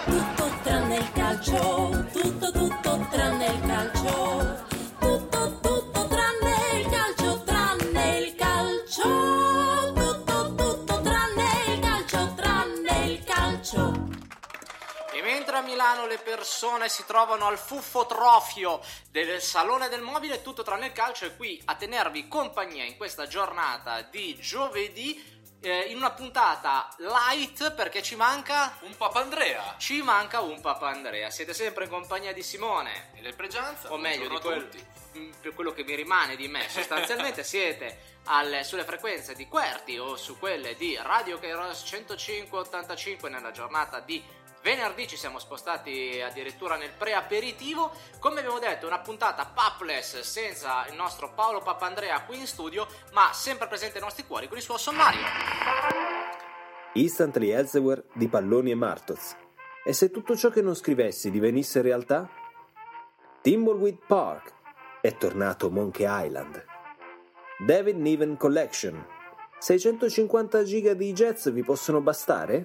tutto tranne il calcio, tutto tranne il calcio, tutto tranne il calcio, tranne il calcio, tutto tranne il calcio, tranne il calcio. E mentre a Milano le persone si trovano al fuffotrofio del Salone del Mobile, tutto tranne il calcio è qui a tenervi compagnia in questa giornata di giovedì, in una puntata light perché ci manca un Papandrea. Ci manca un Papandrea. Siete sempre in compagnia di Simone E del Pregianza. o meglio di tutti. per quello che mi rimane di me. Sostanzialmente siete sulle frequenze di Querti o su quelle di Radio Kairos 105-85 nella giornata di venerdì. Ci siamo spostati addirittura nel pre-aperitivo. Come abbiamo detto, una puntata papless senza il nostro Paolo Papandrea qui in studio, ma sempre presente nei nostri cuori con il suo sommario. Instantly Elsewhere di Palloni e Martoz. E se tutto ciò che non scrivessi divenisse realtà? Thimbleweed Park. È tornato Monkey Island. David Niven Collection. 650 giga di jazz vi possono bastare?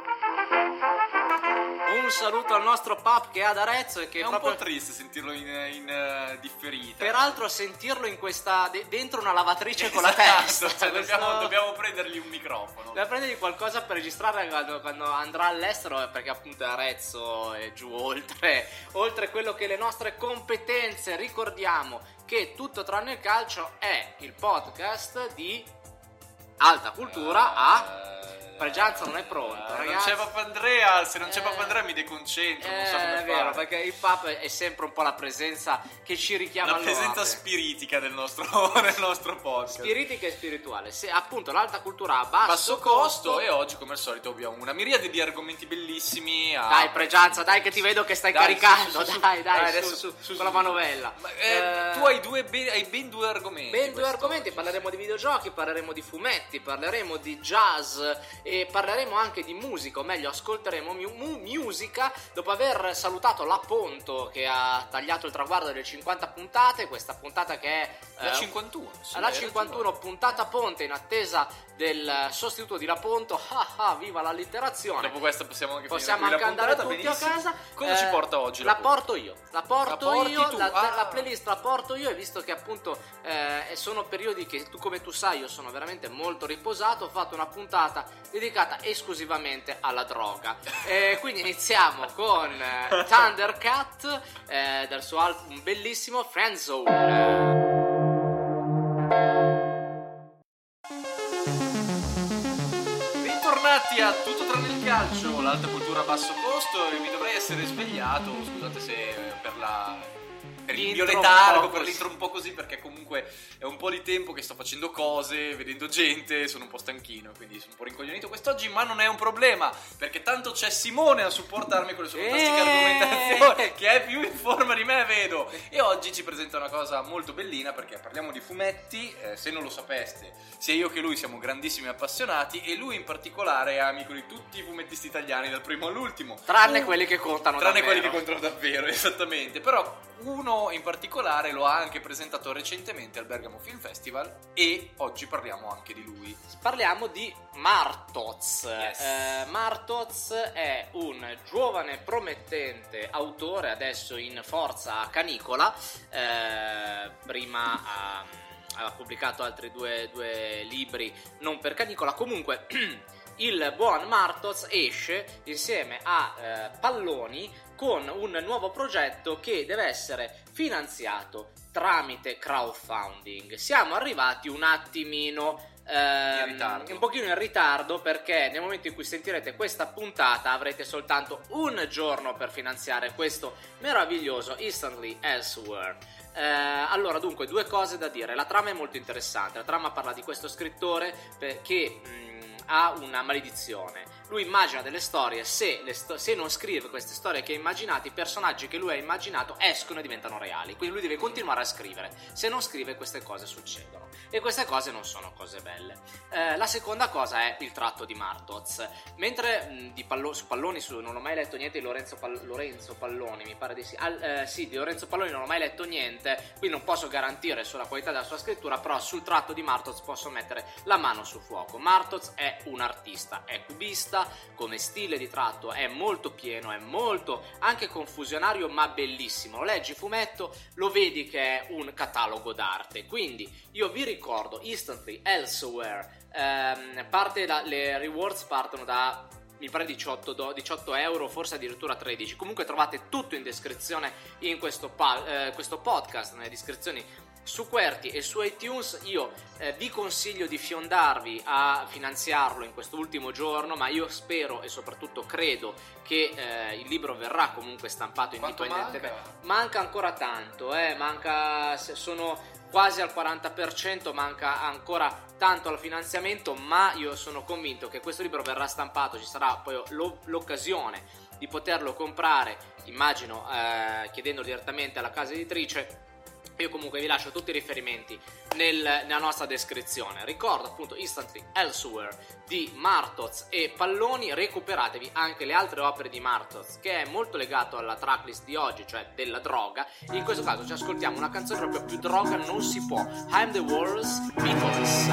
Un saluto al nostro Pap che è ad Arezzo e che È un proprio... po' triste sentirlo in differita. Peraltro sentirlo in questa dentro una lavatrice con la Esatto, testa. cioè, dobbiamo prendergli un microfono. Dobbiamo prendergli qualcosa per registrare quando andrà all'estero, perché appunto è Arezzo e giù oltre quello che le nostre competenze. Ricordiamo che Tutto tranne il calcio è il podcast di Alta Cultura a... Pregianza non è pronto, ragazzi. Non c'è Papandrea, se non c'è Papandrea mi deconcentro, non so come è vero, fare. perché il Pap è sempre un po' la presenza che ci richiama La all'ordine. presenza spiritica del nostro podcast. Spiritica e spirituale. Se appunto l'alta cultura a basso costo, e oggi come al solito abbiamo una miriade di argomenti bellissimi. Dai Pregianza, dai che ti vedo che stai Dai, caricando. su, Dai, adesso su con la manovella. Ma, tu hai ben due argomenti. Ben due argomenti, parleremo di videogiochi, parleremo di fumetti, parleremo di jazz e parleremo anche di musica, o meglio ascolteremo musica dopo aver salutato la Ponto che ha tagliato il traguardo delle 50 puntate, questa puntata che è la 51. Sì, la 51 puntata ponte in attesa del sostituto di La Ponto. Viva l'allitterazione. Dopo questa possiamo anche andare tutti a casa. Cosa ci porta oggi? La porto io. La playlist playlist la porto io, e visto che appunto sono periodi che come tu sai io sono veramente molto riposato, ho fatto una puntata dedicata esclusivamente alla droga. Quindi iniziamo con Thundercat dal suo album bellissimo Friendzone. Bentornati a Tutto tranne il calcio, l'alta cultura a basso costo, e mi dovrei essere svegliato, scusate se per il mio letargo, per l'intro un po' così, perché comunque è un po' di tempo che sto facendo cose, vedendo gente, sono un po' stanchino, quindi sono un po' rincoglionito quest'oggi, ma non è un problema, perché tanto c'è Simone a supportarmi con le sue fantastiche argomentazioni, che è più in forma di me, vedo, e oggi ci presenta una cosa molto bellina, perché parliamo di fumetti. Se non lo sapeste, sia io che lui siamo grandissimi appassionati, e lui in particolare è amico di tutti i fumettisti italiani, dal primo all'ultimo, tranne quelli che contano davvero, esattamente. Però uno in particolare lo ha anche presentato recentemente al Bergamo Film Festival, e oggi parliamo anche di lui. Parliamo di Martoz. Yes. Martoz è un giovane promettente autore, adesso in forza a Canicola. Prima ha pubblicato altri due libri non per Canicola. Comunque il buon Martoz esce insieme a Palloni con un nuovo progetto che deve essere finanziato tramite crowdfunding. Siamo arrivati un attimino un pochino in ritardo, perché nel momento in cui sentirete questa puntata avrete soltanto un giorno per finanziare questo meraviglioso Instantly Elsewhere. Allora, dunque, due cose da dire. La trama è molto interessante. La trama parla di questo scrittore che ha una maledizione. Lui immagina delle storie, se non scrive queste storie che ha immaginato, i personaggi che lui ha immaginato escono e diventano reali. Quindi lui deve continuare a scrivere. Se non scrive, queste cose succedono, e queste cose non sono cose belle. La seconda cosa è il tratto di Martoz. Mentre su Palloni non ho mai letto niente di Lorenzo Palloni, mi pare di sì. Sì, di Lorenzo Palloni non ho mai letto niente, quindi non posso garantire sulla qualità della sua scrittura, però sul tratto di Martoz posso mettere la mano sul fuoco. Martoz è un artista, è cubista, storia, come stile di tratto è molto pieno, è molto anche confusionario ma bellissimo. Lo leggi fumetto, lo vedi che è un catalogo d'arte. Quindi io vi ricordo Instantly Elsewhere, le rewards partono da mi pare 18 euro, forse addirittura 13. Comunque trovate tutto in descrizione in questo podcast, nelle descrizioni su QWERTY e su iTunes. Io vi consiglio di fiondarvi a finanziarlo in questo ultimo giorno, ma io spero e soprattutto credo che il libro verrà comunque stampato indipendentemente. Manca ancora tanto, sono quasi al 40%, manca ancora tanto al finanziamento, ma io sono convinto che questo libro verrà stampato, ci sarà poi l'occasione di poterlo comprare, immagino chiedendolo direttamente alla casa editrice. Io comunque vi lascio tutti i riferimenti nella nostra descrizione. Ricordo appunto Instantly Elsewhere di Martoz e Palloni. Recuperatevi anche le altre opere di Martoz, che è molto legato alla tracklist di oggi, cioè della droga. In questo caso ci ascoltiamo una canzone proprio più droga non si può. I'm the World's Beatles.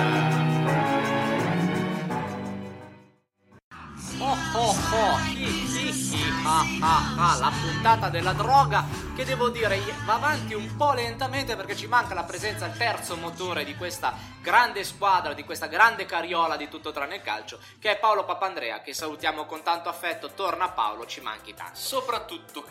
La puntata della droga, che devo dire va avanti un po' lentamente perché ci manca la presenza, il terzo motore di questa grande squadra, di questa grande carriola di tutto tranne il calcio, che è Paolo Papandrea, che salutiamo con tanto affetto. Torna Paolo, ci manchi tanto. Soprattutto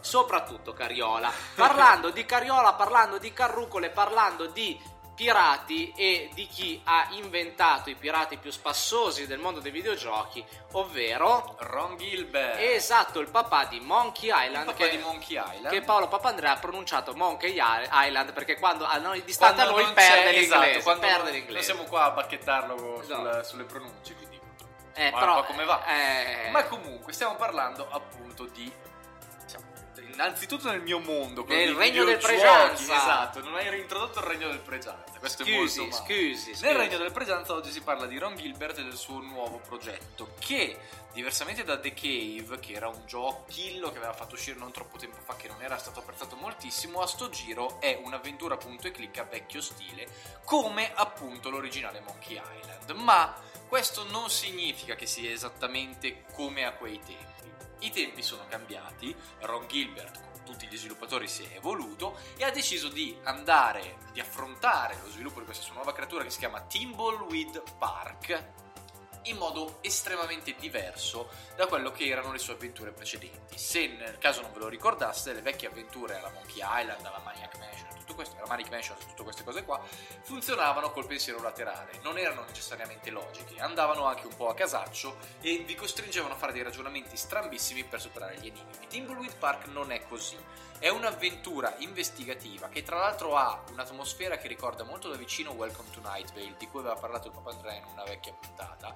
Carriola. Parlando di carriola, parlando di carrucole, parlando di pirati e di chi ha inventato i pirati più spassosi del mondo dei videogiochi, ovvero Ron Gilbert. Esatto, il papà di Monkey Island, che Paolo Papandrea ha pronunciato Monkey Island perché quando a noi distante a noi perde l'inglese. Esatto, non siamo qua a bacchettarlo sulle pronunce, quindi però come va. Ma comunque stiamo parlando appunto di, innanzitutto nel mio mondo, nel regno del Pregianza. Esatto, non hai reintrodotto il regno del Pregianza. Questo è molto male. Scusi. Nel regno del Pregianza oggi si parla di Ron Gilbert e del suo nuovo progetto, che diversamente da The Cave, che era un giochillo che aveva fatto uscire non troppo tempo fa, che non era stato apprezzato moltissimo, a sto giro è un'avventura punto e clicca vecchio stile, come appunto l'originale Monkey Island. Ma questo non significa che sia esattamente come a quei tempi. I tempi sono cambiati, Ron Gilbert con tutti gli sviluppatori si è evoluto e ha deciso di affrontare lo sviluppo di questa sua nuova creatura che si chiama Thimbleweed Park in modo estremamente diverso da quello che erano le sue avventure precedenti. Se nel caso non ve lo ricordaste, le vecchie avventure alla Monkey Island, alla Maniac Mansion, tutte queste cose qua funzionavano col pensiero laterale, non erano necessariamente logiche, andavano anche un po' a casaccio e vi costringevano a fare dei ragionamenti strambissimi per superare gli enigmi. Thimbleweed Park non è così, è un'avventura investigativa che tra l'altro ha un'atmosfera che ricorda molto da vicino Welcome to Night Vale, di cui aveva parlato il Papandrea in una vecchia puntata.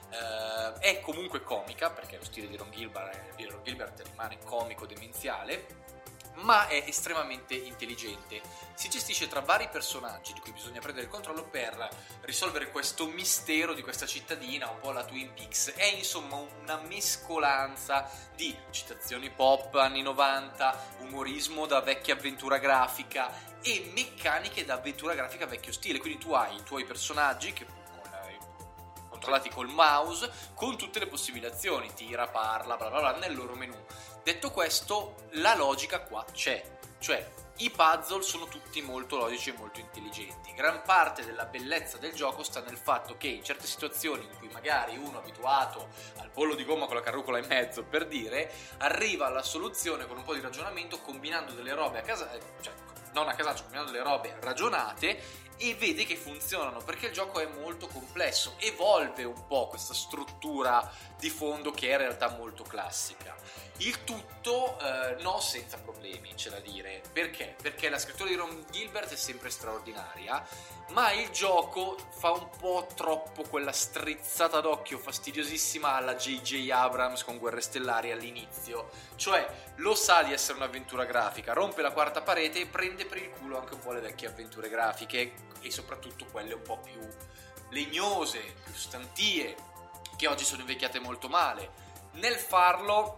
È comunque comica, perché lo stile di Ron Gilbert rimane comico demenziale, ma è estremamente intelligente. Si gestisce tra vari personaggi di cui bisogna prendere il controllo per risolvere questo mistero di questa cittadina, un po' la Twin Peaks. È insomma una mescolanza di citazioni pop anni 90, umorismo da vecchia avventura grafica e meccaniche da avventura grafica vecchio stile. Quindi tu hai i tuoi personaggi che controllati col mouse con tutte le possibili azioni, tira, parla, bla bla bla, nel loro menu. Detto questo, la logica qua c'è, cioè i puzzle sono tutti molto logici e molto intelligenti. Gran parte della bellezza del gioco sta nel fatto che in certe situazioni in cui magari uno abituato al pollo di gomma con la carrucola in mezzo, per dire, arriva alla soluzione con un po' di ragionamento, combinando delle robe combinando delle robe ragionate, e vede che funzionano perché il gioco è molto complesso, evolve un po' questa struttura di fondo che è in realtà molto classica. Il tutto no senza problemi, c'è da dire. Perché? Perché la scrittura di Ron Gilbert è sempre straordinaria, ma il gioco fa un po' troppo quella strizzata d'occhio fastidiosissima alla J.J. Abrams con Guerre Stellari all'inizio. Cioè, lo sa di essere un'avventura grafica, rompe la quarta parete e prende per il culo anche un po' le vecchie avventure grafiche e soprattutto quelle un po' più legnose, più stantie, che oggi sono invecchiate molto male. Nel farlo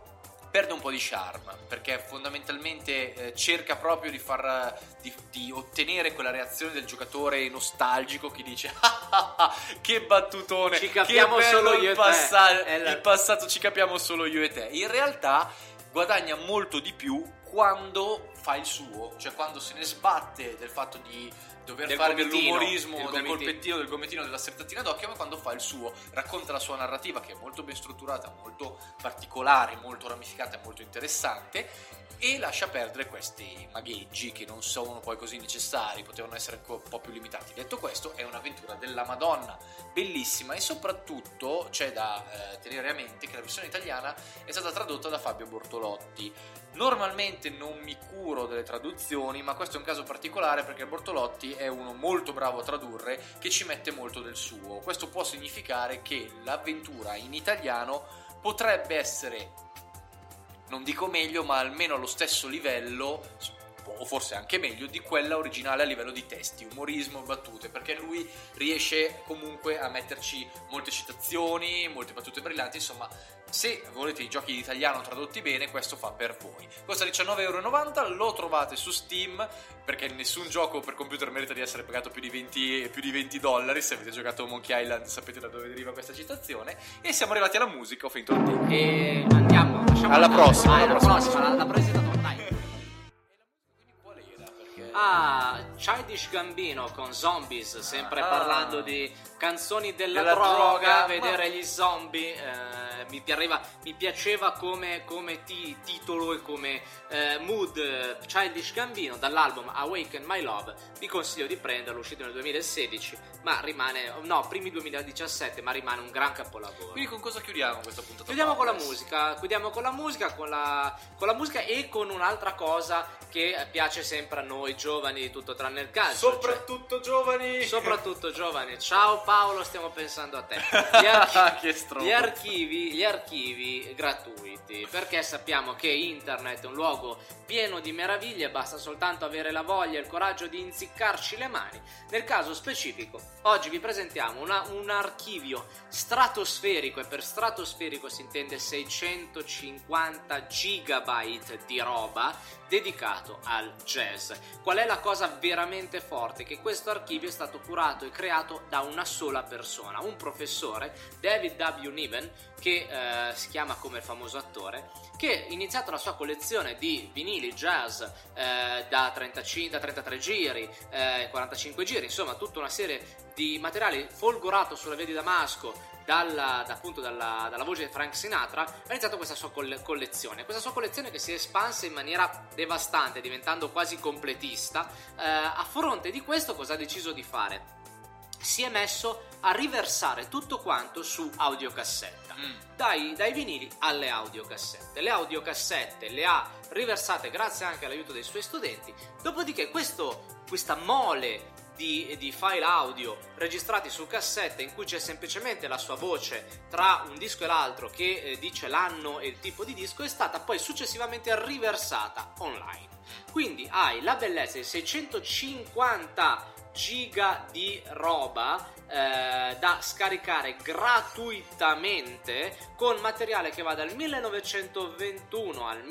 perde un po' di charme, perché fondamentalmente cerca proprio di ottenere quella reazione del giocatore nostalgico che dice che battutone, ci capiamo che bello solo io il passato ci capiamo solo io e te. In realtà guadagna molto di più quando fa il suo, cioè quando se ne sbatte del fatto di dover fare dell'umorismo, del colpettino, del gomitino, della sertatina d'occhio, ma quando fa il suo, racconta la sua narrativa che è molto ben strutturata, molto particolare, molto ramificata e molto interessante, e lascia perdere questi magheggi che non sono poi così necessari, potevano essere un po' più limitati. Detto questo, è un'avventura della Madonna, bellissima, e soprattutto c'è da tenere a mente che la versione italiana è stata tradotta da Fabio Bortolotti. Normalmente non mi curo delle traduzioni, ma questo è un caso particolare perché Bortolotti è uno molto bravo a tradurre, che ci mette molto del suo. Questo può significare che l'avventura in italiano potrebbe essere, non dico meglio, ma almeno allo stesso livello, o forse anche meglio, di quella originale a livello di testi, umorismo, battute, perché lui riesce comunque a metterci molte citazioni, molte battute brillanti. Insomma, se volete i giochi in italiano tradotti bene, questo fa per voi. Costa €19,90, lo trovate su Steam, perché nessun gioco per computer merita di essere pagato più di $20. Se avete giocato Monkey Island sapete da dove deriva questa citazione. E siamo arrivati alla musica, ho finito il tempo. E andiamo, alla prossima, la presentazione, dai. Qual era? Perché... Childish Gambino con Zombies, sempre parlando di canzoni della droga, vedere gli zombie, mi piaceva come titolo e come mood. Childish Gambino dall'album Awaken My Love, vi consiglio di prenderlo, uscito nel 2016, ma primi 2017, ma rimane un gran capolavoro. Quindi con cosa chiudiamo questa puntata? Chiudiamo con la musica e con un'altra cosa che piace sempre a noi giovani di Tutto Tranne il Calcio. Soprattutto giovani. Ciao Paolo, stiamo pensando a te. Gli archivi gratuiti, perché sappiamo che internet è un luogo pieno di meraviglie, basta soltanto avere la voglia e il coraggio di inziccarci le mani. Nel caso specifico, oggi vi presentiamo un archivio stratosferico, e per stratosferico si intende 650 gigabyte di roba dedicato al jazz. Qual è la cosa veramente forte? Che questo archivio è stato curato e creato da una sola persona, un professore, David W. Niven, che si chiama come il famoso attore, che ha iniziato la sua collezione di vinili jazz da 33 giri, 45 giri, insomma tutta una serie di materiali folgorato sulla via di Damasco dalla voce di Frank Sinatra. Ha iniziato questa sua collezione che si è espansa in maniera devastante, diventando quasi completista. A fronte di questo, cosa ha deciso di fare? Si è messo a riversare tutto quanto su audiocassetta, dai vinili alle audiocassette. Le audiocassette le ha riversate grazie anche all'aiuto dei suoi studenti. Dopodiché questa mole di file audio registrati su cassette, in cui c'è semplicemente la sua voce tra un disco e l'altro che dice l'anno e il tipo di disco, è stata poi successivamente riversata online. Quindi hai la bellezza di 650 giga di roba da scaricare gratuitamente, con materiale che va dal 1921 al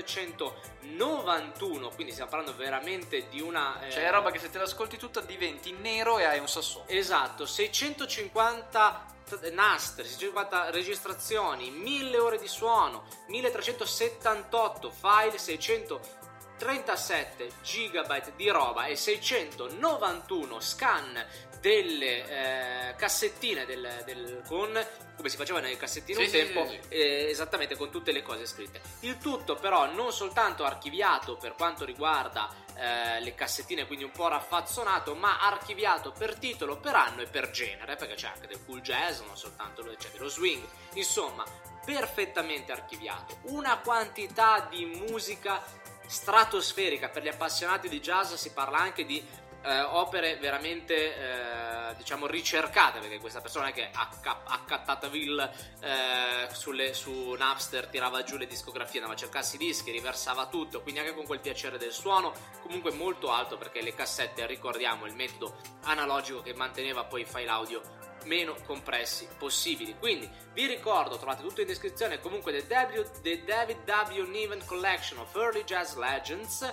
1991, quindi stiamo parlando veramente di una cioè è roba che se te l'ascolti tutta diventi nero e hai un sassofono. Esatto, 650 nastri, 650 registrazioni, 1000 ore di suono, 1378 file, 637 gigabyte di roba e 691 scan delle cassettine con, come si faceva nelle cassettine tempo. Esattamente, con tutte le cose scritte. Il tutto però non soltanto archiviato per quanto riguarda le cassettine, quindi un po' raffazzonato, ma archiviato per titolo, per anno e per genere, perché c'è anche del cool jazz, non soltanto c'è dello swing, insomma perfettamente archiviato. Una quantità di musica stratosferica. Per gli appassionati di jazz si parla anche di opere veramente diciamo ricercate, perché questa persona che a Cattaville su Napster tirava giù le discografie, andava a cercarsi i dischi, riversava tutto, quindi anche con quel piacere del suono comunque molto alto, perché le cassette, ricordiamo, il metodo analogico che manteneva poi i file audio meno compressi possibili. Quindi vi ricordo, trovate tutto in descrizione, comunque The David W. Niven Collection of Early Jazz Legends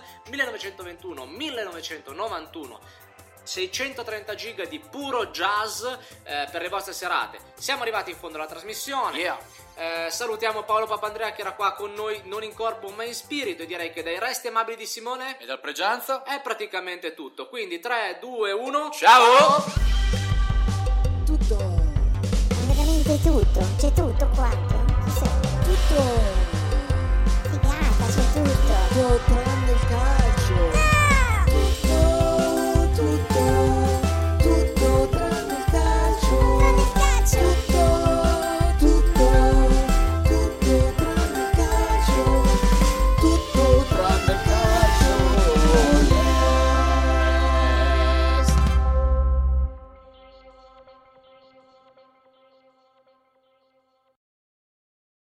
1921-1991, 630 giga di puro jazz per le vostre serate. Siamo arrivati in fondo alla trasmissione. Salutiamo Paolo Papandrea che era qua con noi, non in corpo ma in spirito, e direi che dai resti amabili di Simone e dal Pregianza è praticamente tutto. Quindi 3, 2, 1, ciao! Tutto, veramente tutto, c'è tutto quanto, tutto.